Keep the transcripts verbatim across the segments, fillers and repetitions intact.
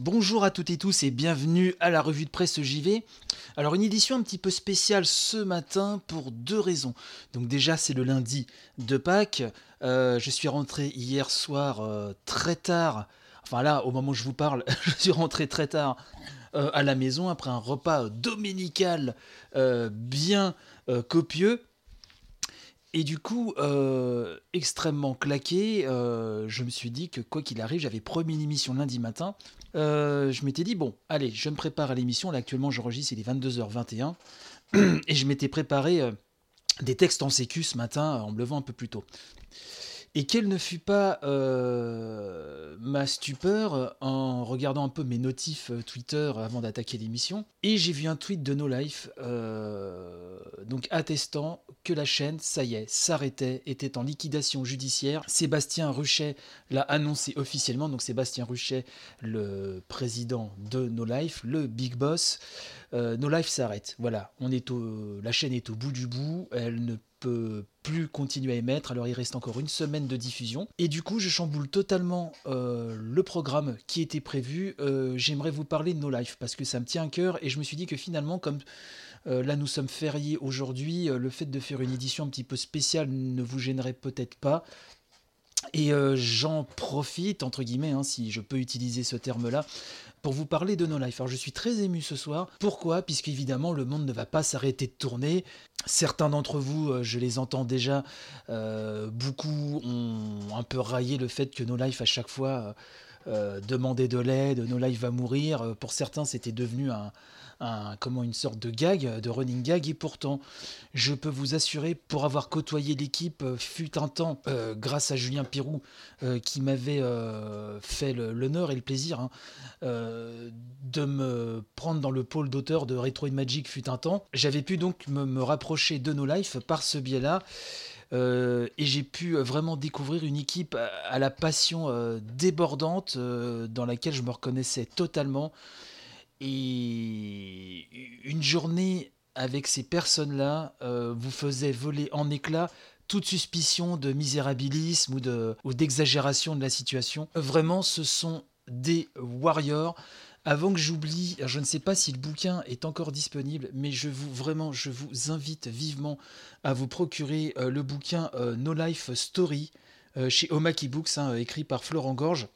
Bonjour à toutes et tous et bienvenue à la revue de presse J V. Alors une édition un petit peu spéciale ce matin pour deux raisons. Donc déjà c'est le lundi de Pâques. Euh, je suis rentré hier soir euh, très tard. Enfin là au moment où je vous parle je suis rentré très tard euh, à la maison après un repas dominical euh, bien euh, copieux. Et du coup, euh, extrêmement claqué, euh, je me suis dit que quoi qu'il arrive, j'avais promis une émission lundi matin. Euh, je m'étais dit, bon, allez, je me prépare à l'émission. Là, actuellement, j'enregistre, il est vingt-deux heures vingt et un. Et un. Et je m'étais préparé euh, des textes en sécu ce matin, en me levant un peu plus tôt. Et quelle ne fut pas euh, ma stupeur en regardant un peu mes notifs Twitter avant d'attaquer l'émission. Et j'ai vu un tweet de No Life, euh, donc attestant que la chaîne, ça y est, s'arrêtait, était en liquidation judiciaire. Sébastien Ruchet l'a annoncé officiellement, donc Sébastien Ruchet, le président de No Life, le big boss. Euh, No Life s'arrête, voilà, on est au, la chaîne est au bout du bout, elle ne peut plus continuer à émettre, alors il reste encore une semaine de diffusion. Et du coup, je chamboule totalement euh, le programme qui était prévu. Euh, j'aimerais vous parler de No Life parce que ça me tient à cœur et je me suis dit que finalement, comme euh, là nous sommes fériés aujourd'hui, euh, le fait de faire une édition un petit peu spéciale ne vous gênerait peut-être pas. Et euh, j'en profite, entre guillemets, hein, si je peux utiliser ce terme-là, pour vous parler de No Life. Alors je suis très ému ce soir. Pourquoi ? Puisqu'évidemment le monde ne va pas s'arrêter de tourner. Certains d'entre vous, euh, je les entends déjà, euh, beaucoup ont un peu raillé le fait que No Life à chaque fois euh, demandait de l'aide, No Life va mourir. Pour certains c'était devenu un, un, comment, une sorte de gag, de running gag. Et pourtant, je peux vous assurer, pour avoir côtoyé l'équipe, euh, fut un temps, euh, grâce à Julien Pirou, euh, qui m'avait euh, fait le, l'honneur et le plaisir hein, euh, de me prendre dans le pôle d'auteur de Retro Magic fut un temps. J'avais pu donc me, me rapprocher de No Life par ce biais-là. Euh, et j'ai pu vraiment découvrir une équipe à, à la passion euh, débordante euh, dans laquelle je me reconnaissais totalement. Et une journée avec ces personnes-là euh, vous faisait voler en éclats toute suspicion de misérabilisme ou, de, ou d'exagération de la situation. Vraiment, ce sont des warriors. Avant que j'oublie, je ne sais pas si le bouquin est encore disponible, mais je vous vraiment, je vous invite vivement à vous procurer euh, le bouquin euh, No Life Story euh, chez Omaki Books, hein, écrit par Florent Gorge,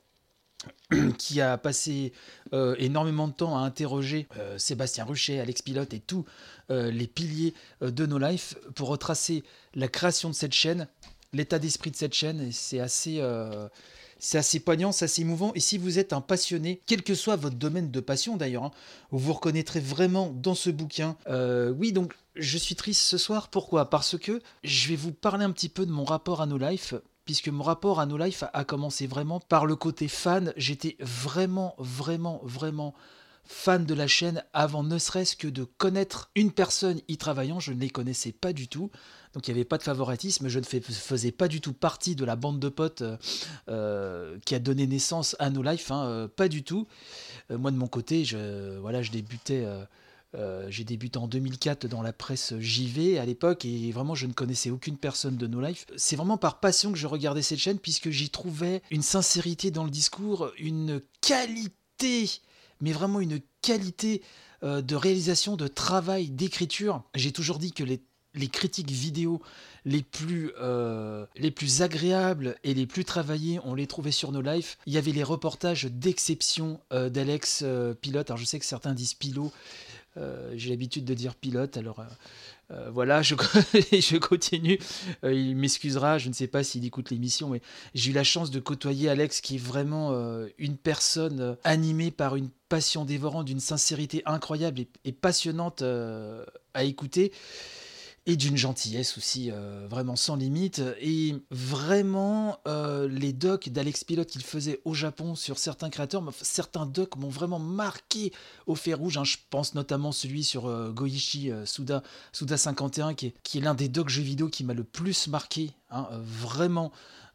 qui a passé euh, énormément de temps à interroger euh, Sébastien Ruchet, Alex Pilote et tous euh, les piliers euh, de No Life pour retracer la création de cette chaîne, l'état d'esprit de cette chaîne. Et c'est assez, euh, c'est assez poignant, c'est assez émouvant. Et si vous êtes un passionné, quel que soit votre domaine de passion d'ailleurs, hein, vous vous reconnaîtrez vraiment dans ce bouquin. Euh, oui, donc je suis triste ce soir. Pourquoi ? Parce que je vais vous parler un petit peu de mon rapport à No Life. Puisque mon rapport à No Life a commencé vraiment par le côté fan. J'étais vraiment, vraiment, vraiment fan de la chaîne avant ne serait-ce que de connaître une personne y travaillant. Je ne les connaissais pas du tout. Donc il n'y avait pas de favoritisme. Je ne fais, faisais pas du tout partie de la bande de potes euh, euh, qui a donné naissance à No Life. Hein, euh, pas du tout. Euh, moi de mon côté, je, voilà, je débutais... Euh, Euh, j'ai débuté en deux mille quatre dans la presse J V à l'époque et vraiment je ne connaissais aucune personne de No Life. C'est vraiment par passion que je regardais cette chaîne puisque j'y trouvais une sincérité dans le discours, une qualité, mais vraiment une qualité euh, de réalisation, de travail, d'écriture. J'ai toujours dit que les les critiques vidéo les plus, euh, les plus agréables et les plus travaillées, on les trouvait sur No Life. Il y avait les reportages d'exception euh, d'Alex euh, Pilote. Alors je sais que certains disent Pilot, euh, j'ai l'habitude de dire Pilote, alors euh, euh, voilà, je, je continue. Euh, il m'excusera, je ne sais pas s'il écoute l'émission, mais j'ai eu la chance de côtoyer Alex, qui est vraiment euh, une personne euh, animée par une passion dévorante, d'une sincérité incroyable et, et passionnante euh, à écouter. Et d'une gentillesse aussi euh, vraiment sans limite. Et vraiment, euh, les docs d'Alex Pilote qu'il faisait au Japon sur certains créateurs, certains docs m'ont vraiment marqué au fer rouge. Hein. Je pense notamment celui sur euh, Goichi euh, Suda, Suda cinquante et un, qui est, qui est l'un des docs jeux vidéo qui m'a le plus marqué. Hein, euh, vraiment.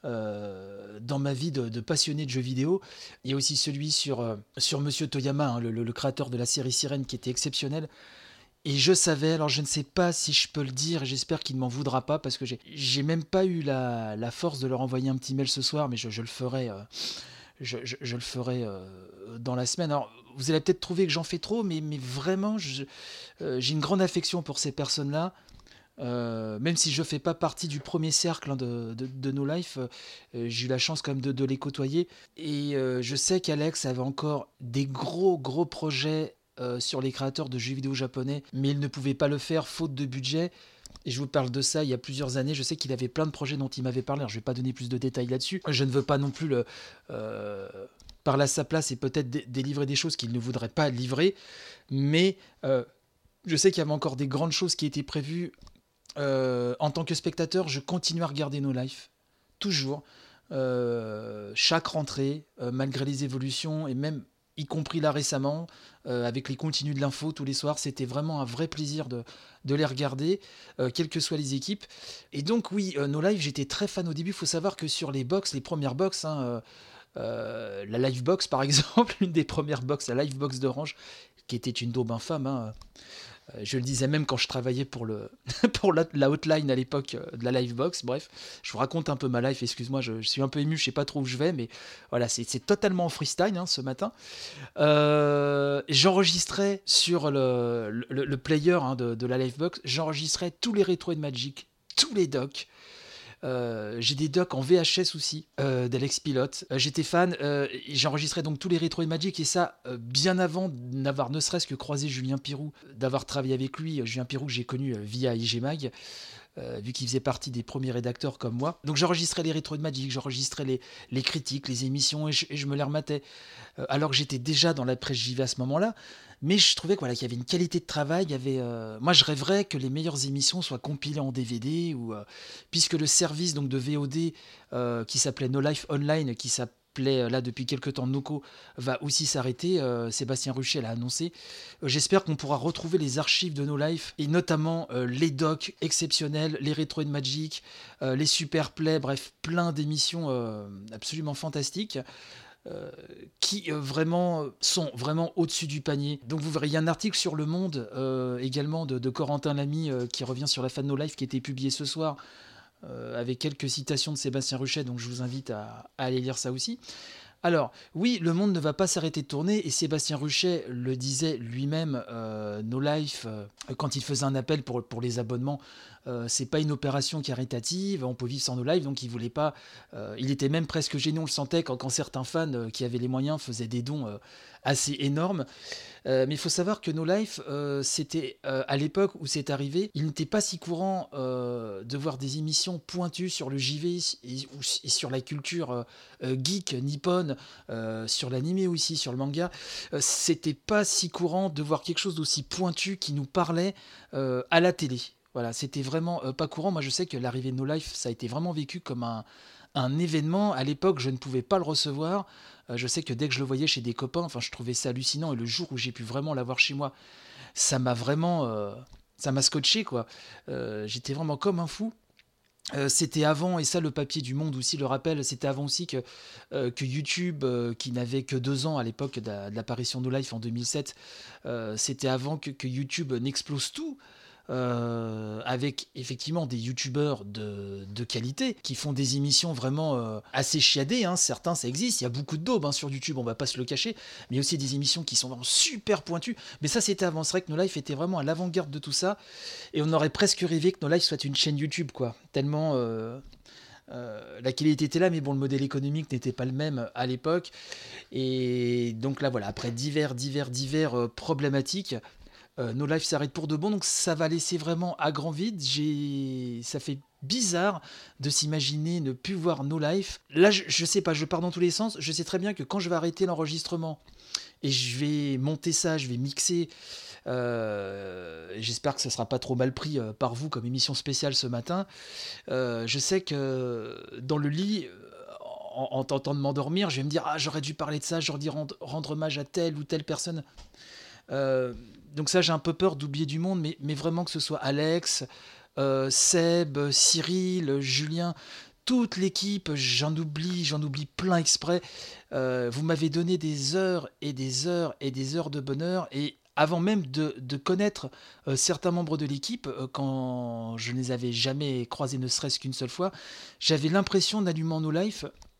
Euh, dans ma vie de, de passionné de jeux vidéo. Il y a aussi celui sur, euh, sur Monsieur Toyama, hein, le, le, le créateur de la série Sirène, qui était exceptionnel. Et je savais, alors je ne sais pas si je peux le dire, et j'espère qu'il ne m'en voudra pas, parce que j'ai, j'ai même pas eu la, la force de leur envoyer un petit mail ce soir, mais je, je le ferai, euh, je, je, je le ferai euh, euh, dans la semaine. Alors, vous allez peut-être trouver que j'en fais trop, mais, mais vraiment, je- euh, j'ai une grande affection pour ces personnes-là. Euh, même si je ne fais pas partie du premier cercle hein, de, de, de No Life, euh, j'ai eu la chance quand même de, de les côtoyer. Et euh, je sais qu'Alex avait encore des gros, gros projets euh, sur les créateurs de jeux vidéo japonais, mais il ne pouvait pas le faire faute de budget. Et je vous parle de ça il y a plusieurs années. Je sais qu'il avait plein de projets dont il m'avait parlé. Alors, je ne vais pas donner plus de détails là-dessus. Je ne veux pas non plus le, euh, parler à sa place et peut-être dé- délivrer des choses qu'il ne voudrait pas livrer. Mais euh, je sais qu'il y avait encore des grandes choses qui étaient prévues. Euh, en tant que spectateur, je continue à regarder No Life. Toujours. Euh, chaque rentrée, euh, malgré les évolutions, et même y compris là récemment, euh, avec les contenus de l'info tous les soirs, c'était vraiment un vrai plaisir de, de les regarder, euh, quelles que soient les équipes. Et donc oui, euh, No Life, j'étais très fan au début. Il faut savoir que sur les box, les premières box, hein, euh, euh, la Livebox par exemple, une des premières box, la Livebox d'Orange, qui était une daube infâme, hein, euh, je le disais même quand je travaillais pour, le pour la, la hotline à l'époque euh, de la Livebox. Bref, je vous raconte un peu ma life, excuse-moi, je, je suis un peu ému, je sais pas trop où je vais, mais voilà, c'est c'est totalement en freestyle hein, ce matin. Euh, j'enregistrais sur le, le, le player hein, de, de la Livebox, j'enregistrais tous les rétros de Magic, tous les docs. Euh, j'ai des docs en V H S aussi euh, d'Alex Pilote. Euh, j'étais fan, euh, j'enregistrais donc tous les rétro et Magic et ça euh, bien avant d'avoir ne serait-ce que croisé Julien Pirou, d'avoir travaillé avec lui. Euh, Julien Pirou que j'ai connu euh, via I G Mag. Euh, vu qu'il faisait partie des premiers rédacteurs comme moi. Donc j'enregistrais les rétro de Magic, j'enregistrais les, les critiques, les émissions et je, et je me les rematais. Euh, alors que j'étais déjà dans la presse J V à ce moment-là. Mais je trouvais que, voilà, qu'il y avait une qualité de travail. Il y avait, euh, moi, je rêverais que les meilleures émissions soient compilées en D V D. Ou, euh, puisque le service donc, de V O D euh, qui s'appelait No Life Online, qui s'appelait euh, là depuis quelques temps Noco, va aussi s'arrêter. Euh, Sébastien Ruchet l'a annoncé. Euh, j'espère qu'on pourra retrouver les archives de No Life et notamment euh, les docs exceptionnels, les rétro de Magic, euh, les super plays, bref, plein d'émissions euh, absolument fantastiques. Euh, qui euh, vraiment sont vraiment au-dessus du panier. Donc vous verrez, il y a un article sur Le Monde euh, également de, de Corentin Lamy euh, qui revient sur la Fan No Life qui a été publié ce soir euh, avec quelques citations de Sébastien Ruchet, donc je vous invite à, à aller lire ça aussi. Alors, oui, le monde ne va pas s'arrêter de tourner, et Sébastien Ruchet le disait lui-même, euh, No Life, euh, quand il faisait un appel pour, pour les abonnements, euh, c'est pas une opération caritative, on peut vivre sans No Life, donc il voulait pas. Euh, il était même presque gêné, on le sentait, quand, quand certains fans euh, qui avaient les moyens faisaient des dons euh, assez énormes. Euh, mais il faut savoir que No Life, euh, c'était euh, à l'époque où c'est arrivé, il n'était pas si courant euh, de voir des émissions pointues sur le J V et, ou- et sur la culture euh, euh, geek nippone, euh, sur l'animé aussi, sur le manga. Euh, c'était pas si courant de voir quelque chose d'aussi pointu qui nous parlait euh, à la télé. Voilà, c'était vraiment euh, pas courant. Moi, je sais que l'arrivée de No Life, ça a été vraiment vécu comme un, un événement. À l'époque, je ne pouvais pas le recevoir. Euh, je sais que dès que je le voyais chez des copains, enfin, je trouvais ça hallucinant. Et le jour où j'ai pu vraiment l'avoir chez moi, ça m'a vraiment, euh, ça m'a scotché quoi. Euh, j'étais vraiment comme un fou. Euh, c'était avant, et ça le papier du Monde aussi le rappelle, c'était avant aussi que, euh, que YouTube, euh, qui n'avait que deux ans à l'époque de, la- de l'apparition de No Life en deux mille sept, euh, c'était avant que, que YouTube n'explose tout. Euh, avec effectivement des youtubeurs de, de qualité qui font des émissions vraiment euh, assez chiadées, hein. Certains ça existe, il y a beaucoup de daubes hein, sur YouTube, on va pas se le cacher, mais il y a aussi des émissions qui sont vraiment super pointues, mais ça c'était avant. C'est vrai que No Life était vraiment à l'avant-garde de tout ça, et on aurait presque rêvé que No Life soit une chaîne YouTube quoi, tellement euh, euh, la qualité était là, mais bon, le modèle économique n'était pas le même à l'époque. Et donc là, voilà, après divers, divers, divers euh, problématiques, euh, No Life s'arrête pour de bon, donc ça va laisser vraiment à grand vide. J'ai... Ça fait bizarre de s'imaginer ne plus voir No Life. Là, je, je sais pas, je pars dans tous les sens. Je sais très bien que quand je vais arrêter l'enregistrement et je vais monter ça, je vais mixer. Euh, j'espère que ça sera pas trop mal pris euh, par vous comme émission spéciale ce matin. Euh, je sais que dans le lit, en, en tentant de m'endormir, je vais me dire ah j'aurais dû parler de ça, j'aurais dû rendre, rendre hommage à telle ou telle personne. Euh, donc ça, j'ai un peu peur d'oublier du monde, mais, mais vraiment que ce soit Alex, euh, Seb, Cyril, Julien, toute l'équipe, j'en oublie, j'en oublie plein exprès. Euh, vous m'avez donné des heures et des heures et des heures de bonheur, et avant même de, de connaître euh, certains membres de l'équipe, euh, quand je ne les avais jamais croisés ne serait-ce qu'une seule fois, j'avais l'impression d'allumer No Life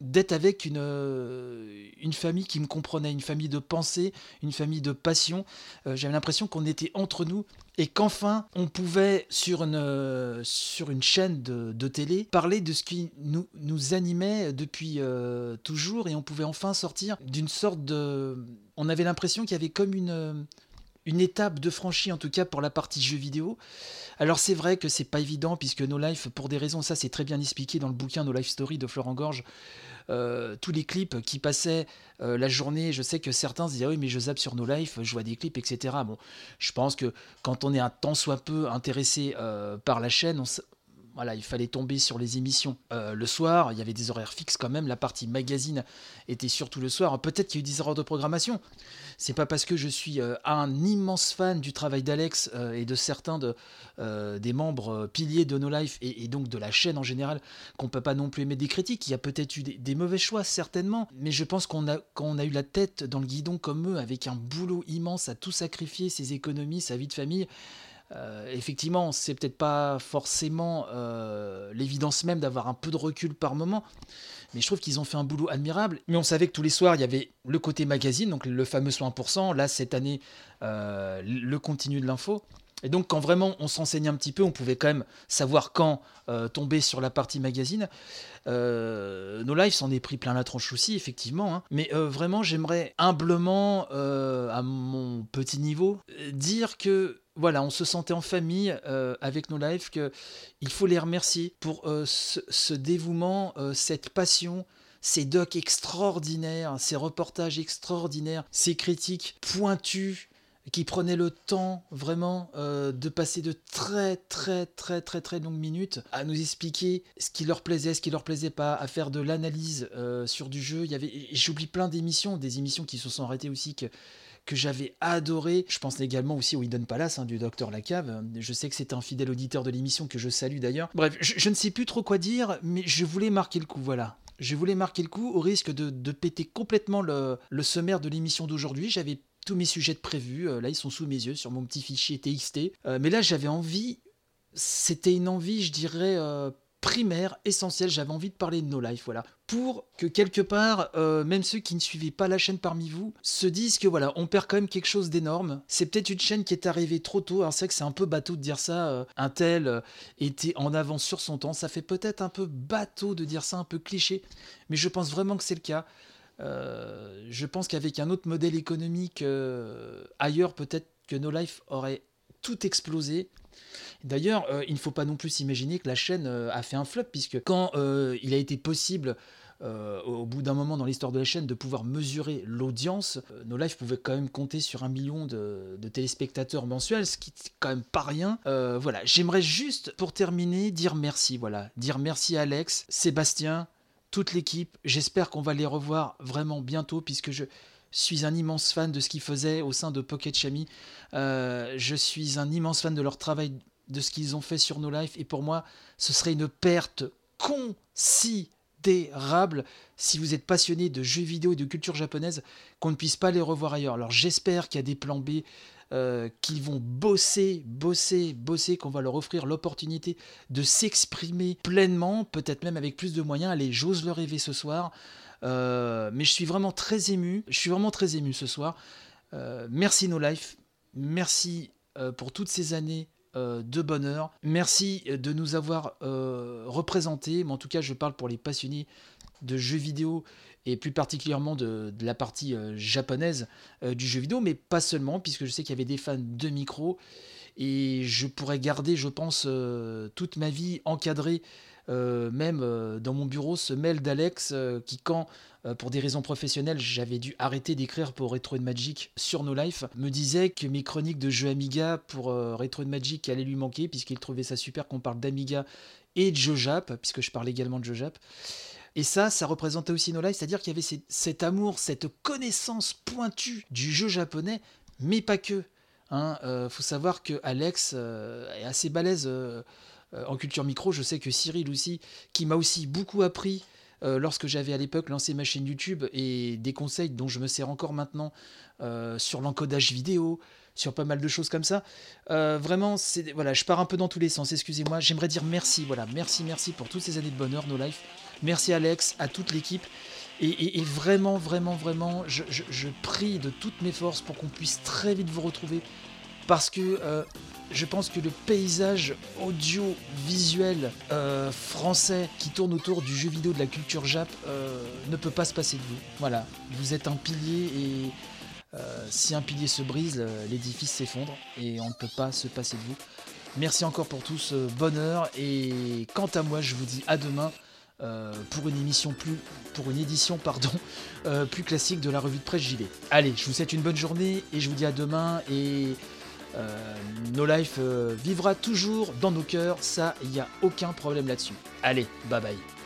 d'être avec une, euh, une famille qui me comprenait, une famille de pensée, une famille de passion. Euh, j'avais l'impression qu'on était entre nous et qu'enfin on pouvait sur une, euh, sur une chaîne de, de télé parler de ce qui nous, nous animait depuis euh, toujours, et on pouvait enfin sortir d'une sorte de... On avait l'impression qu'il y avait comme une... une étape de franchie, en tout cas pour la partie jeux vidéo. Alors c'est vrai que c'est pas évident, puisque No Life, pour des raisons, ça c'est très bien expliqué dans le bouquin No Life Story de Florent Gorge, euh, tous les clips qui passaient euh, la journée, je sais que certains se disaient oui mais je zappe sur No Life, je vois des clips, et cetera. Bon, je pense que quand on est un tant soit peu intéressé euh, par la chaîne, on, voilà, il fallait tomber sur les émissions euh, le soir. Il y avait des horaires fixes quand même. La partie magazine était surtout le soir. Peut-être qu'il y a eu des erreurs de programmation. C'est pas parce que je suis euh, un immense fan du travail d'Alex euh, et de certains de, euh, des membres euh, piliers de No Life, et, et donc de la chaîne en général, qu'on peut pas non plus émettre des critiques. Il y a peut-être eu des, des mauvais choix, certainement. Mais je pense qu'on a, quand on a eu la tête dans le guidon comme eux, avec un boulot immense à tout sacrifier, ses économies, sa vie de famille, Euh, effectivement, c'est peut-être pas forcément euh, l'évidence même d'avoir un peu de recul par moment, mais je trouve qu'ils ont fait un boulot admirable. Mais on savait que tous les soirs, il y avait le côté magazine, donc le fameux cent pour cent. Là, cette année, euh, le continu de l'info. Et donc, quand vraiment on s'enseignait un petit peu, on pouvait quand même savoir quand euh, tomber sur la partie magazine. Euh, No Life s'en est pris plein la tronche aussi, effectivement. Hein. Mais euh, vraiment, j'aimerais humblement, euh, à mon petit niveau, euh, dire que voilà, on se sentait en famille euh, avec No Life, qu'il faut les remercier pour euh, ce, ce dévouement, euh, cette passion, ces docs extraordinaires, ces reportages extraordinaires, ces critiques pointues, qui prenaient le temps vraiment euh, de passer de très très très très très longues minutes à nous expliquer ce qui leur plaisait, ce qui leur plaisait pas, à faire de l'analyse euh, sur du jeu. Il y avait, j'oublie plein d'émissions, des émissions qui se sont arrêtées aussi, que que j'avais adoré. Je pense également aussi au Hidden Palace hein, du Docteur Lacave. Je sais que c'est un fidèle auditeur de l'émission que je salue d'ailleurs. Bref, je, je ne sais plus trop quoi dire, mais je voulais marquer le coup, voilà. Je voulais marquer le coup au risque de, de péter complètement le, le sommaire de l'émission d'aujourd'hui. J'avais tous mes sujets de prévus, euh, là ils sont sous mes yeux sur mon petit fichier T X T. Euh, mais là j'avais envie, c'était une envie je dirais euh, primaire, essentielle, j'avais envie de parler de No Life, voilà. Pour que quelque part, euh, même ceux qui ne suivaient pas la chaîne parmi vous, se disent que voilà, on perd quand même quelque chose d'énorme. C'est peut-être une chaîne qui est arrivée trop tôt, alors c'est vrai que c'est un peu bateau de dire ça, euh, un tel euh, était en avance sur son temps, ça fait peut-être un peu bateau de dire ça, un peu cliché, mais je pense vraiment que c'est le cas. Euh, je pense qu'avec un autre modèle économique euh, ailleurs, peut-être que No Life aurait tout explosé. D'ailleurs, euh, il ne faut pas non plus s'imaginer que la chaîne euh, a fait un flop, puisque quand euh, il a été possible, euh, au bout d'un moment dans l'histoire de la chaîne, de pouvoir mesurer l'audience, euh, No Life pouvait quand même compter sur un million de, de téléspectateurs mensuels, ce qui n'est quand même pas rien. Euh, voilà, j'aimerais juste, pour terminer, dire merci. Voilà, dire merci à Alex, Sébastien, toute l'équipe. J'espère qu'on va les revoir vraiment bientôt, puisque je suis un immense fan de ce qu'ils faisaient au sein de Pocket Chami. Euh, je suis un immense fan de leur travail, de ce qu'ils ont fait sur No Life, et pour moi, ce serait une perte considérable si vous êtes passionné de jeux vidéo et de culture japonaise, qu'on ne puisse pas les revoir ailleurs. Alors j'espère qu'il y a des plans B, euh, qui vont bosser, bosser, bosser, qu'on va leur offrir l'opportunité de s'exprimer pleinement, peut-être même avec plus de moyens. Allez, j'ose le rêver ce soir. Euh, mais je suis vraiment très ému. Je suis vraiment très ému ce soir. Euh, merci No Life. Merci euh, pour toutes ces années euh, de bonheur. Merci de nous avoir euh, représentés. Mais en tout cas, je parle pour les passionnés de jeux vidéo, et plus particulièrement de, de la partie euh, japonaise euh, du jeu vidéo, mais pas seulement, puisque je sais qu'il y avait des fans de micro, et je pourrais garder, je pense, euh, toute ma vie encadrée, euh, même euh, dans mon bureau, ce mail d'Alex euh, qui, quand, euh, pour des raisons professionnelles, j'avais dû arrêter d'écrire pour Retro Magic sur No Life, me disait que mes chroniques de jeux Amiga pour euh, Retro Magic allaient lui manquer, puisqu'il trouvait ça super qu'on parle d'Amiga et de jeux Jap, puisque je parle également de jeux Jap. Et ça, ça représentait aussi No Life, c'est-à-dire qu'il y avait ces- cet amour, cette connaissance pointue du jeu japonais, mais pas que. Hein, euh, faut savoir que Alex euh, est assez balèze euh, euh, en culture micro. Je sais que Cyril aussi, qui m'a aussi beaucoup appris euh, lorsque j'avais à l'époque lancé ma chaîne YouTube, et des conseils dont je me sers encore maintenant euh, sur l'encodage vidéo, sur pas mal de choses comme ça. Euh, vraiment, c'est, voilà, je pars un peu dans tous les sens, excusez-moi. J'aimerais dire merci, voilà, merci, merci pour toutes ces années de bonheur, No Life. Merci Alex, à toute l'équipe. Et, et- et vraiment, vraiment, vraiment, je, je- je prie de toutes mes forces pour qu'on puisse très vite vous retrouver. Parce que euh, je pense que le paysage audiovisuel euh, français qui tourne autour du jeu vidéo, de la culture Jap, euh, ne peut pas se passer de vous. Voilà, vous êtes un pilier et euh, si un pilier se brise, le- l'édifice s'effondre et on ne peut pas se passer de vous. Merci encore pour tout ce bonheur et quant à moi, je vous dis à demain euh, pour une émission plus, pour une édition pardon, euh, plus classique de la revue de presse J V. Allez, je vous souhaite une bonne journée et je vous dis à demain et euh, No Life euh, vivra toujours dans nos cœurs, ça, il n'y a aucun problème là-dessus. Allez, bye bye.